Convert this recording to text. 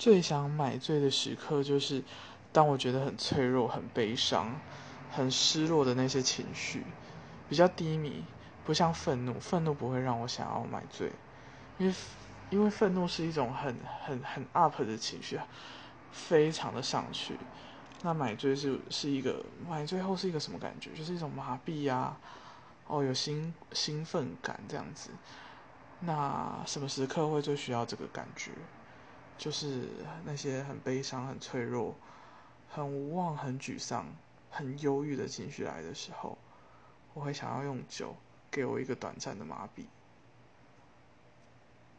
最想买醉的时刻，就是当我觉得很脆弱、很悲伤、很失落的那些情绪，比较低迷，不像愤怒，愤怒不会让我想要买醉，因为愤怒是一种很 up 的情绪，非常的上去。那买醉是一个买醉后是一个什么感觉？就是一种麻痹啊，有兴奋感这样子。那什么时刻会最需要这个感觉？就是那些很悲伤、很脆弱、很无望、很沮丧、很忧郁的情绪来的时候，我会想要用酒给我一个短暂的麻痹。